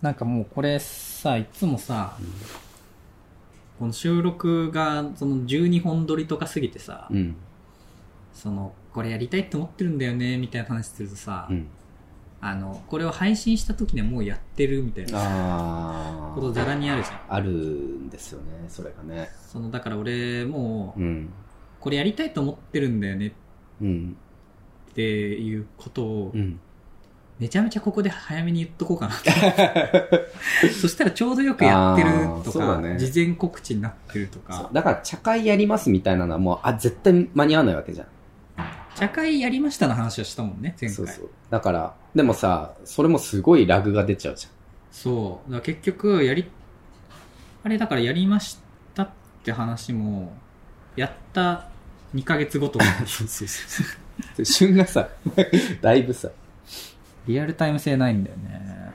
なんかもうこれさ、いつもさ、この収録がその12本撮りとか過ぎてさ、そのこれやりたいって思ってるんだよねみたいな話するとさ、これを配信した時にはもうやってるみたいなことざらにあるじゃん。 あるんですよね、それがね。 だから俺もう、これやりたいと思ってるんだよねっていうことを、めちゃめちゃここで早めに言っとこうかなそしたらちょうどよくやってるとか、ね、事前告知になってるとか。 だから茶会やりますみたいなのはもう絶対間に合わないわけじゃん。 茶会やりましたの話はしたもんね、前回。そうそう。 だからでもさ、それもすごいラグが出ちゃうじゃん。 そう。だから結局あれだからやりましたって話もやった2ヶ月後とかそう旬がさだいぶさリアルタイム性ないんだよね。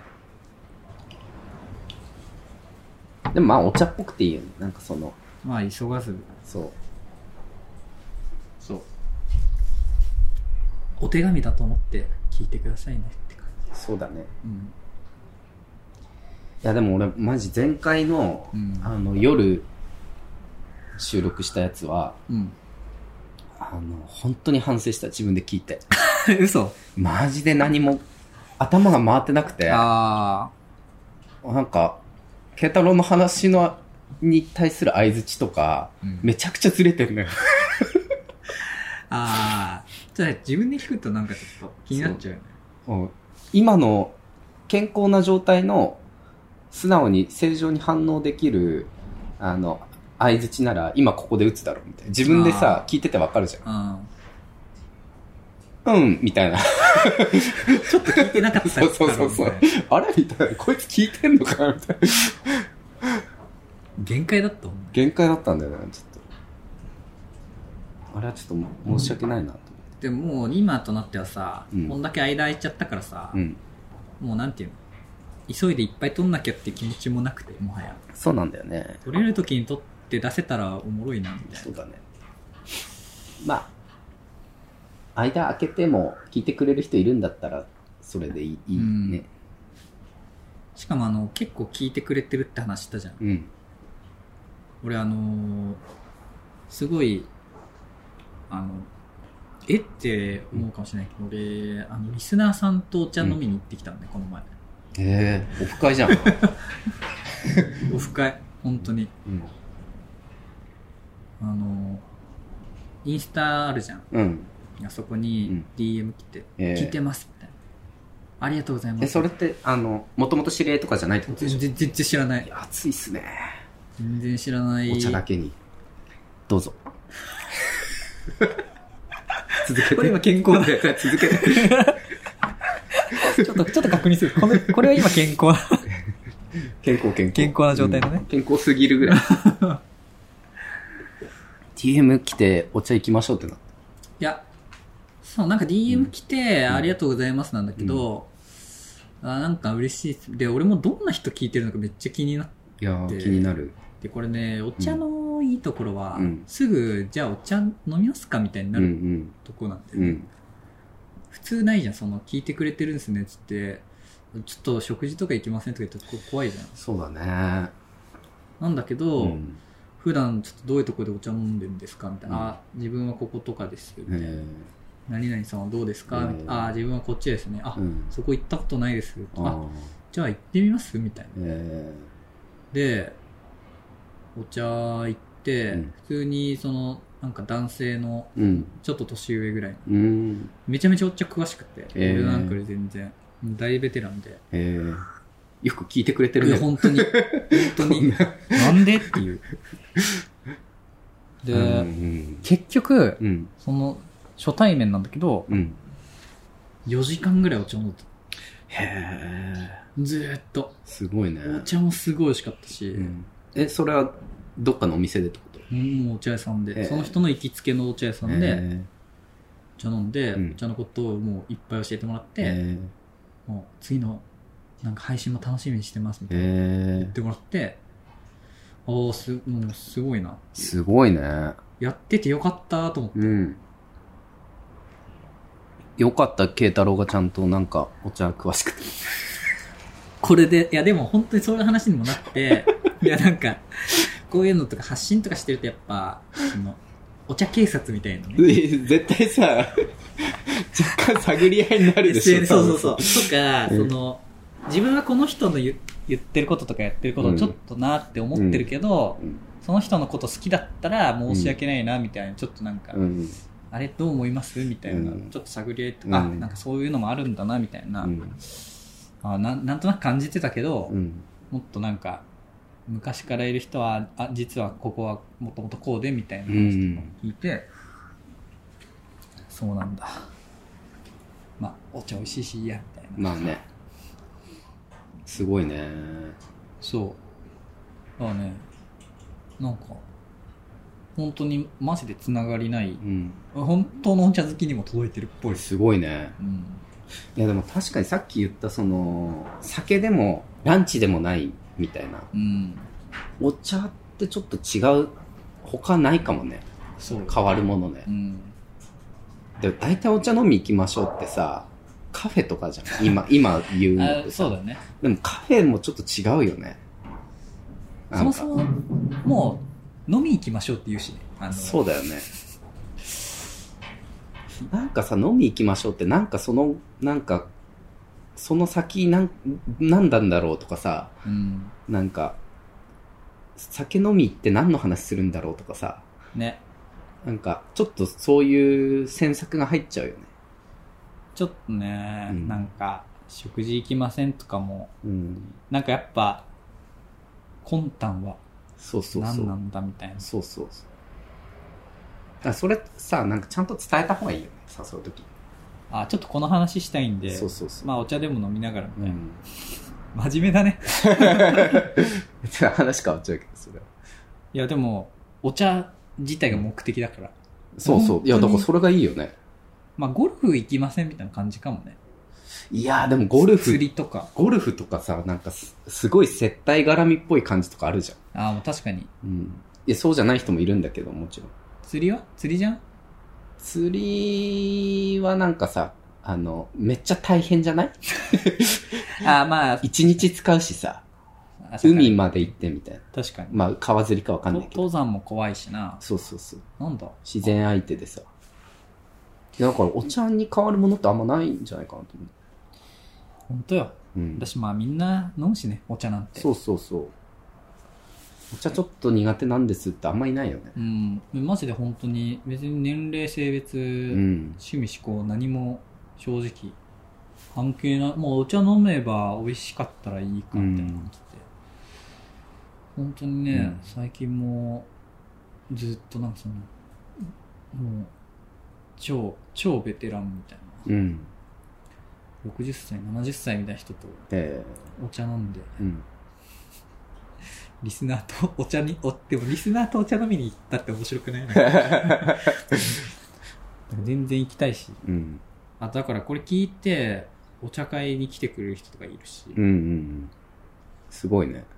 でもまあお茶っぽくていいよね。なんかまあ急がず。 そうお手紙だと思って聞いてくださいねって感じ。 そうだね。いやでも俺マジ前回の、夜収録したやつは、本当に反省した。自分で聞いて。 嘘？ マジで何も頭が回ってなくて。なんか慶太郎の話に対する相槌とか、めちゃくちゃずれてんのよ。 じゃあ自分で聞くとなんかちょっと気になっちゃうよね。 今の健康な状態の素直に正常に反応できる相槌なら今ここで打つだろうみたいな。自分でさ聞いててわかるじゃん。みたいな。 ちょっと聞いてなかったりする。 そう。あれみたいな。こいつ聞いてんのかなみたいな。 限界だったもんね。 限界だったんだよね、ちょっと。あれはちょっと申し訳ないなと思って。 でももう今となってはさ、こんだけ間空いちゃったからさ、もうなんていうの、急いでいっぱい撮んなきゃって気持ちもなくて、もはや。 そうなんだよね。 撮れる時に撮って出せたらおもろいなみたいな。 そうだね。まあ間空けても聞いてくれる人いるんだったらそれでいいね。 しかも結構聞いてくれてるって話したじゃん。俺すごいって思うかもしれないけど、俺リスナーさんとお茶飲みに行ってきたんで、この前。 オフ会じゃん。 オフ会、本当に。インスタあるじゃん。あそこに DM 来て、聞いてますみたいな。ありがとうございます。 それってもともと知り合いとかじゃないってことでしょ？ 全然知らない。 熱いっすね。 全然知らない。 お茶だけにどうぞ。続けて。 これ今健康だから続けて。ちょっと確認する。これは今健康な。健康な状態のね。 健康すぎるぐらい。DM 来てお茶行きましょうってなった。 いや、なんか DM 来て、ありがとうございますなんだけど、なんか嬉しいです。で、俺もどんな人聞いてるのかめっちゃ気になって。 いや気になる。 で、これね、お茶のいいところは、すぐ、じゃあお茶飲みますかみたいになるとこなんで、普通ないじゃん。聞いてくれてるんですね、つって、ちょっと食事とか行きませんとか言ったら怖いじゃん。 そうだね。 なんだけど、普段ちょっとどういうところでお茶飲んでるんですかみたいな。自分はこことかですみたいな。何々さんはどうですかみたいな。自分はこっちですね。そこ行ったことないです。じゃあ行ってみますみたいな。で、お茶行って、普通になんか男性のちょっと年上ぐらいの、めちゃめちゃお茶詳しくて、俺なんかより全然大ベテランで、 よく聞いてくれてるね。 本当になんでっていう。で、結局、初対面なんだけど、4時間ぐらいお茶飲んでた。ずーっと。すごいね。お茶もすごい美味しかったし。 それはどっかのお店でってこと？ もうお茶屋さんで、その人の行きつけのお茶屋さんで、お茶飲んで、お茶のことをもういっぱい教えてもらって、もう次のなんか配信も楽しみにしてますみたいな言ってもらって、もうすごいな。 すごいね。 やっててよかったと思って。 よかった、慶太郎がちゃんとなんかお茶詳しくて。 これで、いやでも本当にそういう話にもなって、いやなんか、こういうのとか発信とかしてるとやっぱ、お茶警察みたいなね。 絶対さ、若干探り合いになるでしょ。 そうそうそう。とか、自分はこの人の言ってることとかやってることをちょっとなって思ってるけど、その人のこと好きだったら申し訳ないなみたいな、ちょっとなんか、あれどう思いますみたいな、ちょっと探り合いとか、なんかそういうのもあるんだなみたいな、なんとなく感じてたけど、もっとなんか昔からいる人は実はここはもともとこうでみたいな話とか聞いて、そうなんだ、まあお茶美味しいしいいやみたいな。 まあね、すごいね。 そうだからね、なんか本当にマジでつながりない、本当のお茶好きにも届いてるっぽい。 すごいね。いやでも確かにさっき言ったその酒でもランチでもないみたいな、お茶ってちょっと違う、他ないかもね。そう変わるものね。で大体お茶飲み行きましょうってさ、カフェとかじゃん。今言うのってさ。そうだね。でもカフェもちょっと違うよね。 そもそももう飲み行きましょうって言うしね。 そうだよね。なんかさ、飲み行きましょうってなんかその先なんだんだろうとかさ、なんか酒飲み行って何の話するんだろうとかさ、ね、なんかちょっとそういう詮索が入っちゃうよね。 ちょっとね、なんか食事行きませんとかも、なんかやっぱ魂胆は何なんだみたいな。 そうそうそう。だからそれさ、なんかちゃんと伝えた方がいいよね、誘うとき。 ちょっとこの話したいんで、まあお茶でも飲みながらみたいな。真面目だね。 話変わっちゃうけど、それは。 いやでも、お茶自体が目的だから。 そうそう。いや、だからそれがいいよね。 まあゴルフ行きませんみたいな感じかもね。 いやでもゴルフ。 釣りとか。 ゴルフとかさ、なんかすごい接待絡みっぽい感じとかあるじゃん。 もう確かに。 いや、そうじゃない人もいるんだけど、もちろん。 釣りは釣りじゃん？ 釣りはなんかさ、めっちゃ大変じゃない？まあ。一日使うしさ、海まで行ってみたいな。 確かに。 まあ、川釣りかわかんないけど。 登山も怖いしな。 そうそうそう。 なんだ？ 自然相手でさ。だからお茶に変わるものってあんまないんじゃないかなと思う。 本当よ。私まあみんな飲むしね、お茶なんて。 そうそうそう。お茶ちょっと苦手なんですってあんまいないよね。 マジで本当に別に年齢性別、趣味思考何も正直関係ない。もうお茶飲めば美味しかったらいいかみたいな感じで、本当にね、最近もずっとなんかそのもう超ベテランみたいな、60歳70歳みたいな人とお茶飲んで、リスナーとお茶にでもリスナーとお茶飲みに行ったって面白くない？全然行きたいし、だからこれ聞いてお茶会に来てくれる人とかいるし、 すごいね。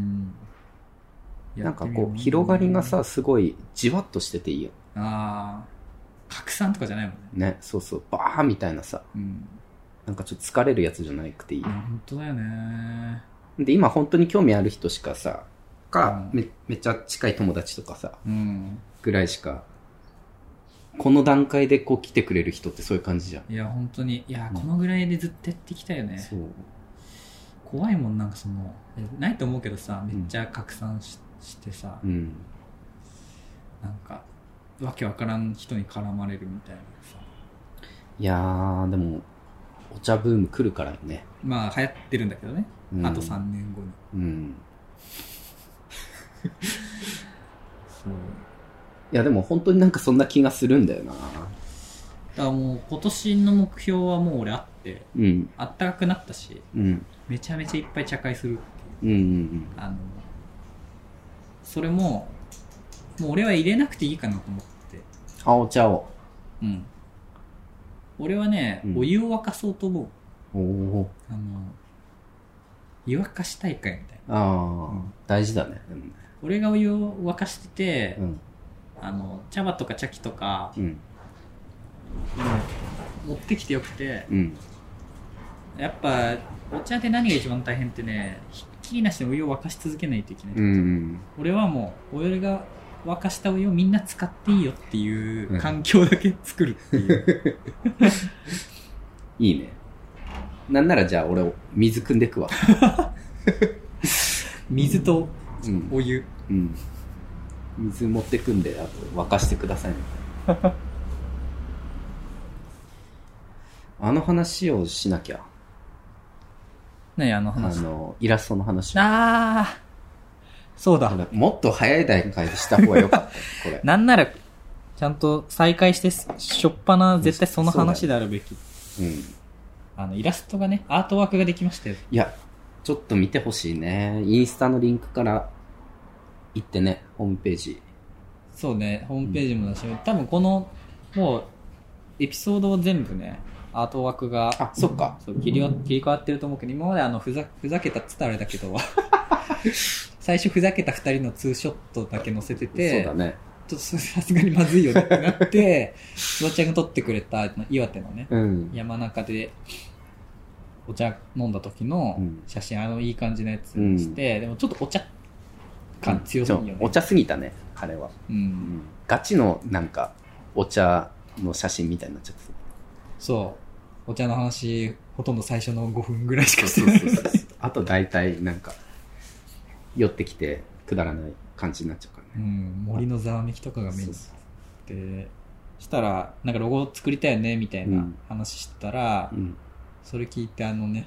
なんかこう広がりがさ、すごいじわっとしてていいよ。 拡散とかじゃないもんね。 ね、そうそう、バーみたいなさ、なんかちょっと疲れるやつじゃなくていい。 本当だよね。 で今本当に興味ある人しかさ、めっちゃ近い友達とかさ、ぐらいしか、この段階でこう来てくれる人ってそういう感じじゃん。 いや本当に、いやこのぐらいでずっとやっていきたいよね。そう。怖いもん、なんかそのないと思うけどさ、めっちゃ拡散してさ、なんかわけわからん人に絡まれるみたいなさ。 いやーでもお茶ブーム来るからね。 まあ流行ってるんだけどね、あと3年後に。 そう。いやでも本当になんかそんな気がするんだよな。だからもう今年の目標はもう俺あって、あったかくなったし、めちゃめちゃいっぱい茶会するっていう、それもう俺は入れなくていいかなと思って。 お茶を。 俺はね、お湯を沸かそうと思う。湯沸かし大会みたいな。 大事だね。 俺がお湯を沸かしてて、茶葉とか茶器とか、持ってきてよくて、 やっぱお茶で何が一番大変ってね、ひっきりなしでお湯を沸かし続けないといけない、俺はもう俺が沸かしたお湯をみんな使っていいよっていう環境だけ作るっていう、 いいね。なんならじゃあ俺水汲んでくわ。 水とお湯、 水持ってくんで、あと沸かしてくださいね。あの話をしなきゃ。 何あの話？ イラストの話。 ああ、そうだ。 もっと早い段階でした方がよかった。これ。 なんなら、ちゃんと再開して、しょっぱな絶対その話であるべき。イラストがね、アートワークができましたよ。 いや、ちょっと見てほしいね。インスタのリンクから行ってね、ホームページ。 そうね、ホームページもだし、多分この、もう、エピソードを全部ね、アートワークが、 そっか。 切り替わってると思うけど、今までふざけたっつったらあれだけど、最初ふざけた二人のツーショットだけ載せてて、 そうだね。 ちょっとさすがにまずいよねってなって、つばちゃんが撮ってくれた岩手のね、山中でお茶飲んだ時の写真、いい感じのやつにして、でもちょっとお茶感強すぎよね。 お茶すぎたね、あれは。ガチのなんか、お茶の写真みたいになっちゃって。 そう。お茶の話、ほとんど最初の5分ぐらいしかしてない。 あと大体なんか、寄ってきてくだらない感じになっちゃうからね。 森のざわめきとかが目にで、したら、なんかロゴ作りたいよね、みたいな話したら、それ聞いて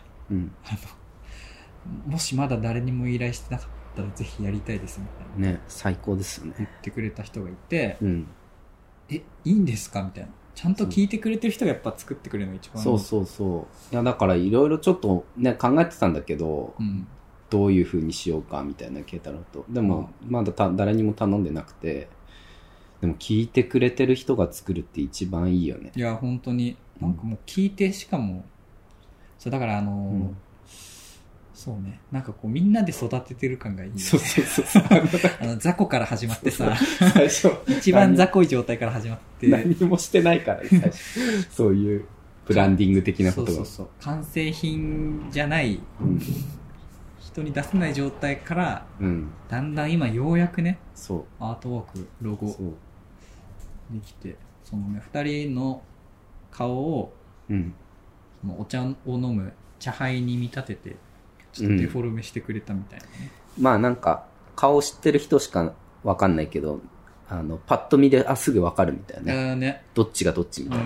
もしまだ誰にも依頼してなかったらぜひやりたいですみたいな。 ね、最高ですよね。 言ってくれた人がいて、いいんですかみたいな。ちゃんと聞いてくれてる人がやっぱ作ってくれるのが一番いい。 そう。いや、だからいろいろちょっとね、考えてたんだけど、どういう風にしようかみたいな、慶太郎と。でも、まだ誰にも頼んでなくて、でも聞いてくれてる人が作るって一番いいよね。 いや、本当に、なんかもう聞いて、しかも、そう、だからそうね、なんかこうみんなで育ててる感がいい、ね。そう。雑魚から始まってさ、最初一番雑魚い状態から始まって。 何もしてないから、ね、最初。そういうブランディング的なことが。 そう。完成品じゃない、人に出せない状態から、だんだん今ようやくね、アートワーク、ロゴ、できて、そのね、二人の顔を、そのお茶を飲む茶杯に見立てて、ちょっとデフォルメしてくれたみたいなね。 まあなんか、顔知ってる人しかわかんないけど、パッと見ですぐわかるみたいなね。どっちがどっちみたいな。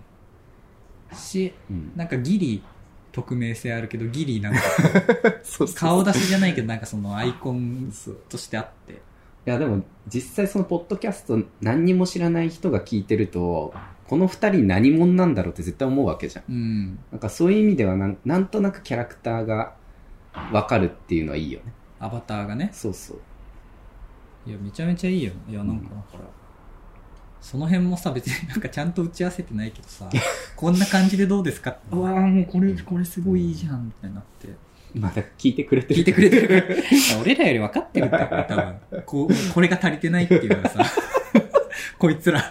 なんかギリ匿名性あるけど、ギリなんか、顔出しじゃないけど、なんかそのアイコンとしてあって。 いやでも、実際そのポッドキャスト何にも知らない人が聞いてると、この二人何者なんだろうって絶対思うわけじゃん。なんかそういう意味ではなんとなくキャラクターが分かるっていうのはいいよね。 アバターがね。 そうそう。 いや、めちゃめちゃいいよ。いや、なんかだから、その辺もさ、別になんかちゃんと打ち合わせてないけどさ、こんな感じでどうですか？うわーもうこれすごいいいじゃん、みたいになって。 まだ聞いてくれてる。 聞いてくれてる。俺らより分かってるんだよ、多分。これが足りてないっていうのがさ、こいつら。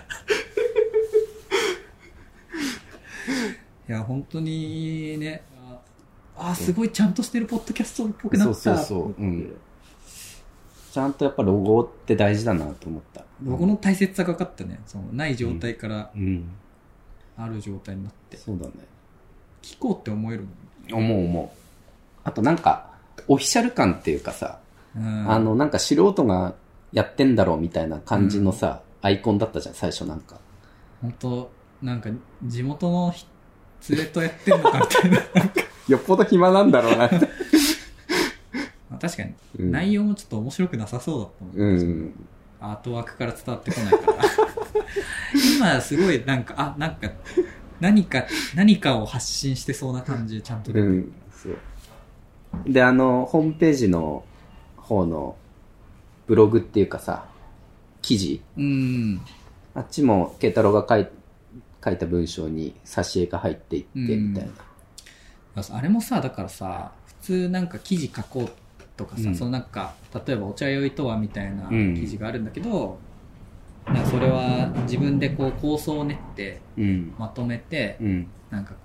いや、本当にね、すごいちゃんとしてるポッドキャストっぽくなった。そう。 ちゃんとやっぱロゴって大事だなと思った。 ロゴの大切さが分かったね。そのない状態からある状態になって。 そうだね。 聞こうって思えるもん。 思う。あとなんか、オフィシャル感っていうかさ、なんか素人がやってんだろうみたいな感じのさ、アイコンだったじゃん、最初なんか。 本当なんか地元の連れとやってんのかみたいな。 よっぽど暇なんだろうなって。 確かに、内容もちょっと面白くなさそうだったもん。アートワークから伝わってこないから。今すごいなんか何かを発信してそうな感じちゃんと出てる。 そうで、ホームページの方のブログっていうかさ、記事、あっちも慶太郎が書いた文章に挿絵が入っていってみたいな。 あれもさ、だからさ、普通なんか記事書こうとかさ、そのなんか例えばお茶酔いとはみたいな記事があるんだけど、なんかそれは自分でこう構想を練って、まとめて、なんかこう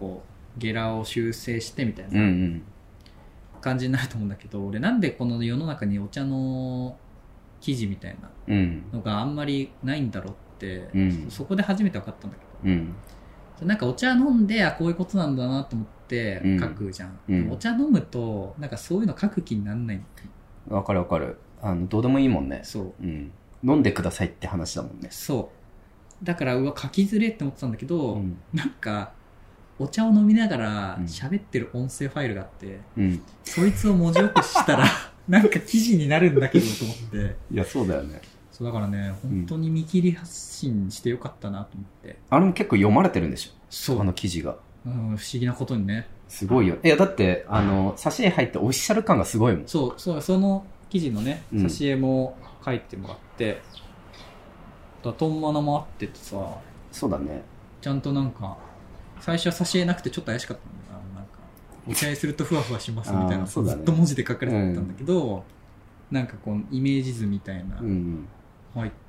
ゲラを修正してみたいな感じになると思うんだけど、俺なんでこの世の中にお茶の記事みたいなのがあんまりないんだろうって、そこで初めて分かったんだけど、なんかお茶飲んでこういうことなんだなと思って書くじゃん、お茶飲むとなんかそういうの書く気にならない。 わかるわかる。どうでもいいもんね。 そう、 飲んでくださいって話だもんね。 そうだから書きづれって思ってたんだけど、なんかお茶を飲みながら喋ってる音声ファイルがあって、そいつを文字起こししたらなんか記事になるんだけどと思って。 いや、そうだよね。 そうだからね、本当に見切り発信してよかったなと思って。 あれも結構読まれてるんでしょ？ そう。 記事が。 不思議なことにね。 すごいよ。いや、だって、挿絵入ってオフィシャル感がすごいもん。 そう、その記事のね、挿絵も書いてもらって、トンマナもあっててさ。 そうだね。 ちゃんとなんか、最初は挿絵なくてちょっと怪しかったんだよな。なんか、お茶にするとふわふわしますみたいな、ずっと文字で書かれてたんだけど、なんかこう、イメージ図みたいな、入って、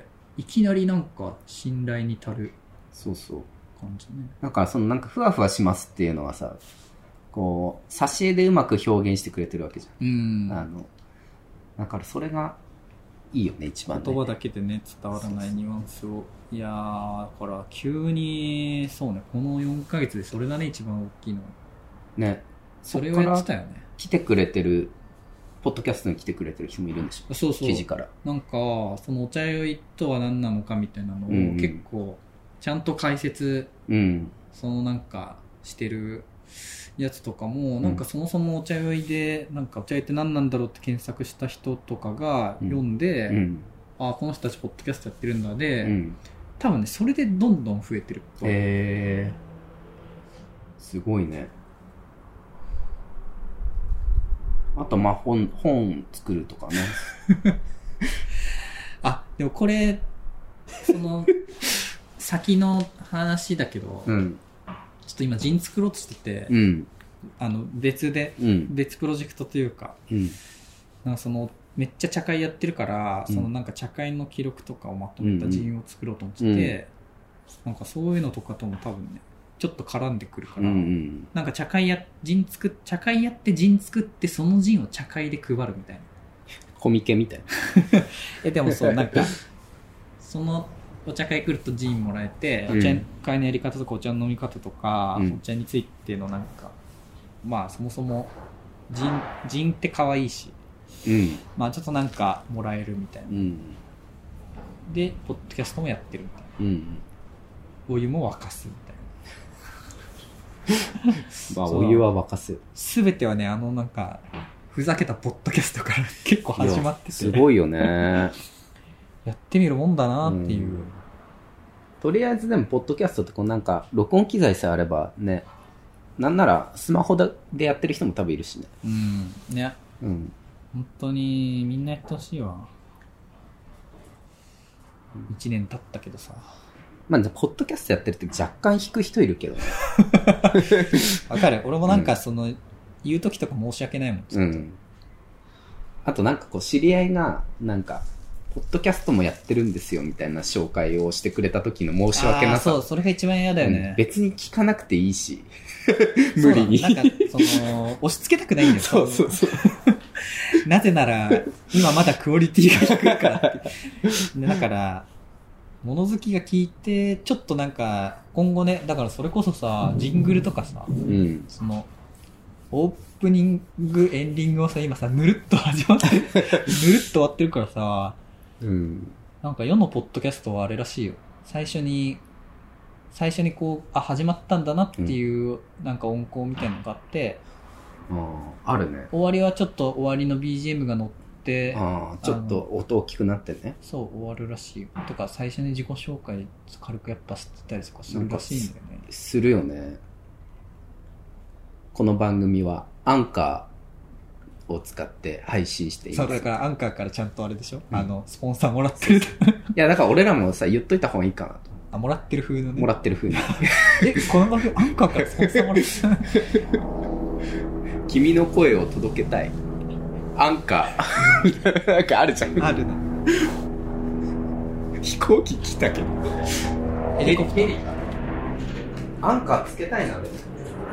いきなりなんか、信頼に足る。 そうそう。 感じね。 なんかなんかふわふわしますっていうのはさ、こう、挿絵でうまく表現してくれてるわけじゃん。だからそれがいいよね、一番ね。 言葉だけでね、伝わらないニュアンスを。いやー、だから急に、そうね、この4ヶ月でそれだね、一番大きいの。 ね。 それをやってたよね。 来てくれてる、ポッドキャストに来てくれてる人もいるんでしょ？ そうそう。 記事から。 なんか、そのお茶酔いとは何なのかみたいなのを結構、ちゃんと解説、そのなんかしてるやつとかも、なんかそもそもお茶酔いで、なんかお茶酔いって何なんだろうって検索した人とかが読んで、この人たちポッドキャストやってるんだで、多分ね、それでどんどん増えてる。 すごいね。あと、本作るとかね。 でもこれ、先の話だけど、ちょっと今ジン作ろうとしてて、別プロジェクトというか、なんかめっちゃ茶会やってるから、なんか茶会の記録とかをまとめたジンを作ろうと思ってて、なんかそういうのとかとも多分ね、ちょっと絡んでくるから、なんか茶会やってジン作ってそのジンを茶会で配るみたいな。 コミケみたいな。でもそう、なんか、お茶会来るとジンもらえて、お茶会のやり方とかお茶の飲み方とか、お茶についてのなんか、まあそもそもジンって可愛いし、まあちょっとなんかもらえるみたいな。で、ポッドキャストもやってるみたいな。お湯も沸かすみたいな。 まあお湯は沸かす。 すべてはね、なんか、ふざけたポッドキャストから結構始まってて。 すごいよね。 やってみるもんだなっていう、 とりあえずでもポッドキャストってなんか録音機材さえあればね、なんならスマホでやってる人も多分いるしね。 ね。本当にみんなやってほしいわ。1年経ったけどさ。 まあポッドキャストやってるって若干引く人いるけどね。 わかる。俺もなんか言う時とか申し訳ないもん。 あとなんか知り合いがなんかポッドキャストもやってるんですよみたいな紹介をしてくれた時の申し訳なさ。 そう、それが一番嫌だよね。 別に聞かなくていいし。無理に。 なんか、押し付けたくないんだよ。 そう。 なぜなら、今まだクオリティが低いからって。だから、物好きが聞いて、ちょっとなんか、今後ね、だからそれこそさ、ジングルとかさ、オープニング、エンディングをさ、今さ、ぬるっと始まってる、ぬるっと終わってるからさ、なんか世のポッドキャストはあれらしいよ。最初にこう、始まったんだなっていう、なんか音効みたいなのがあって、 あるね。 終わりはちょっと終わりの BGM が乗って、 ちょっと音大きくなってね。 そう、終わるらしいよ。とか、最初に自己紹介軽くやっぱしてたりとかするらしいんだよね。 するよね。この番組はアンカーを使って配信しています。 そう、だからアンカーからちゃんとあれでしょ、スポンサーもらってる。いや、だから俺らもさ、言っといた方がいいかなと。 もらってる風のね。 もらってる風に。 この番組アンカーからスポンサーもらってる。 君の声を届けたい。アンカー。なんかあるじゃん。 あるな。 飛行機来たけど。 ヘリコプター。 アンカーつけたいな、でも。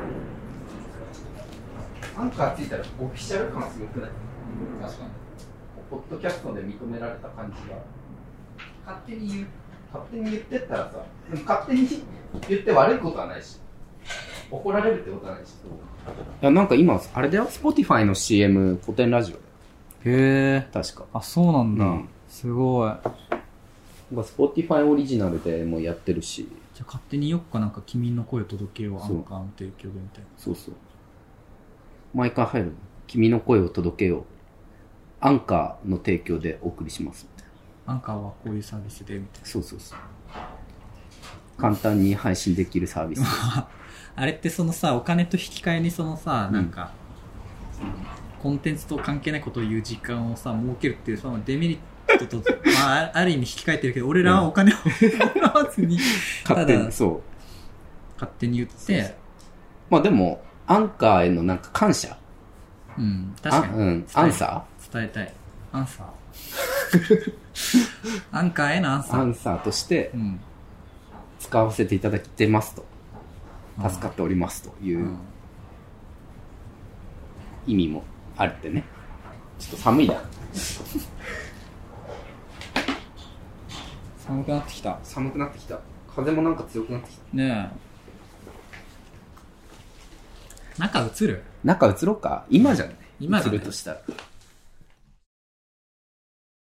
アンカーついたらオフィシャル感すごくない？ 確かに。 ポッドキャストで認められた感じが。勝手に言ってったらさ、でも勝手に言って悪いことはないし、怒られるってことはないし。いや、なんか今、あれだよ、Spotify の CM 古典ラジオだよ。 へえ。 確か。 あ、そうなんだ。すごい。 Spotify オリジナルでもやってるし。 じゃあ勝手によっかなんか君の声を届けよう、アンカーの提供でみたいな。 そうそう。毎回入るの。君の声を届けよう。アンカーの提供でお送りしますみたいな。アンカーはこういうサービスでみたいな。 そうそうそう。簡単に配信できるサービス。 あれってそのさ、お金と引き換えにそのさ、なんか、コンテンツと関係ないことを言う時間をさ、設けるっていうそのデメリットと、まあ、ある意味引き換えてるけど、俺らはお金をもらわずに、 勝手に、そう。 勝手に言って、そうまあでも、アンカーへのなんか感謝。 うん、確かに。 うん、アンサー伝えたい。アンサー。アンカーへのアンサー。 アンサーとして、使わせていただいてますと。助かっておりますという意味もあるってね。ちょっと寒いな。 寒くなってきた。 寒くなってきた。風もなんか強くなってきた。 ねえ。中映る？ 中映ろうか。今じゃない？ 今映るとしたら。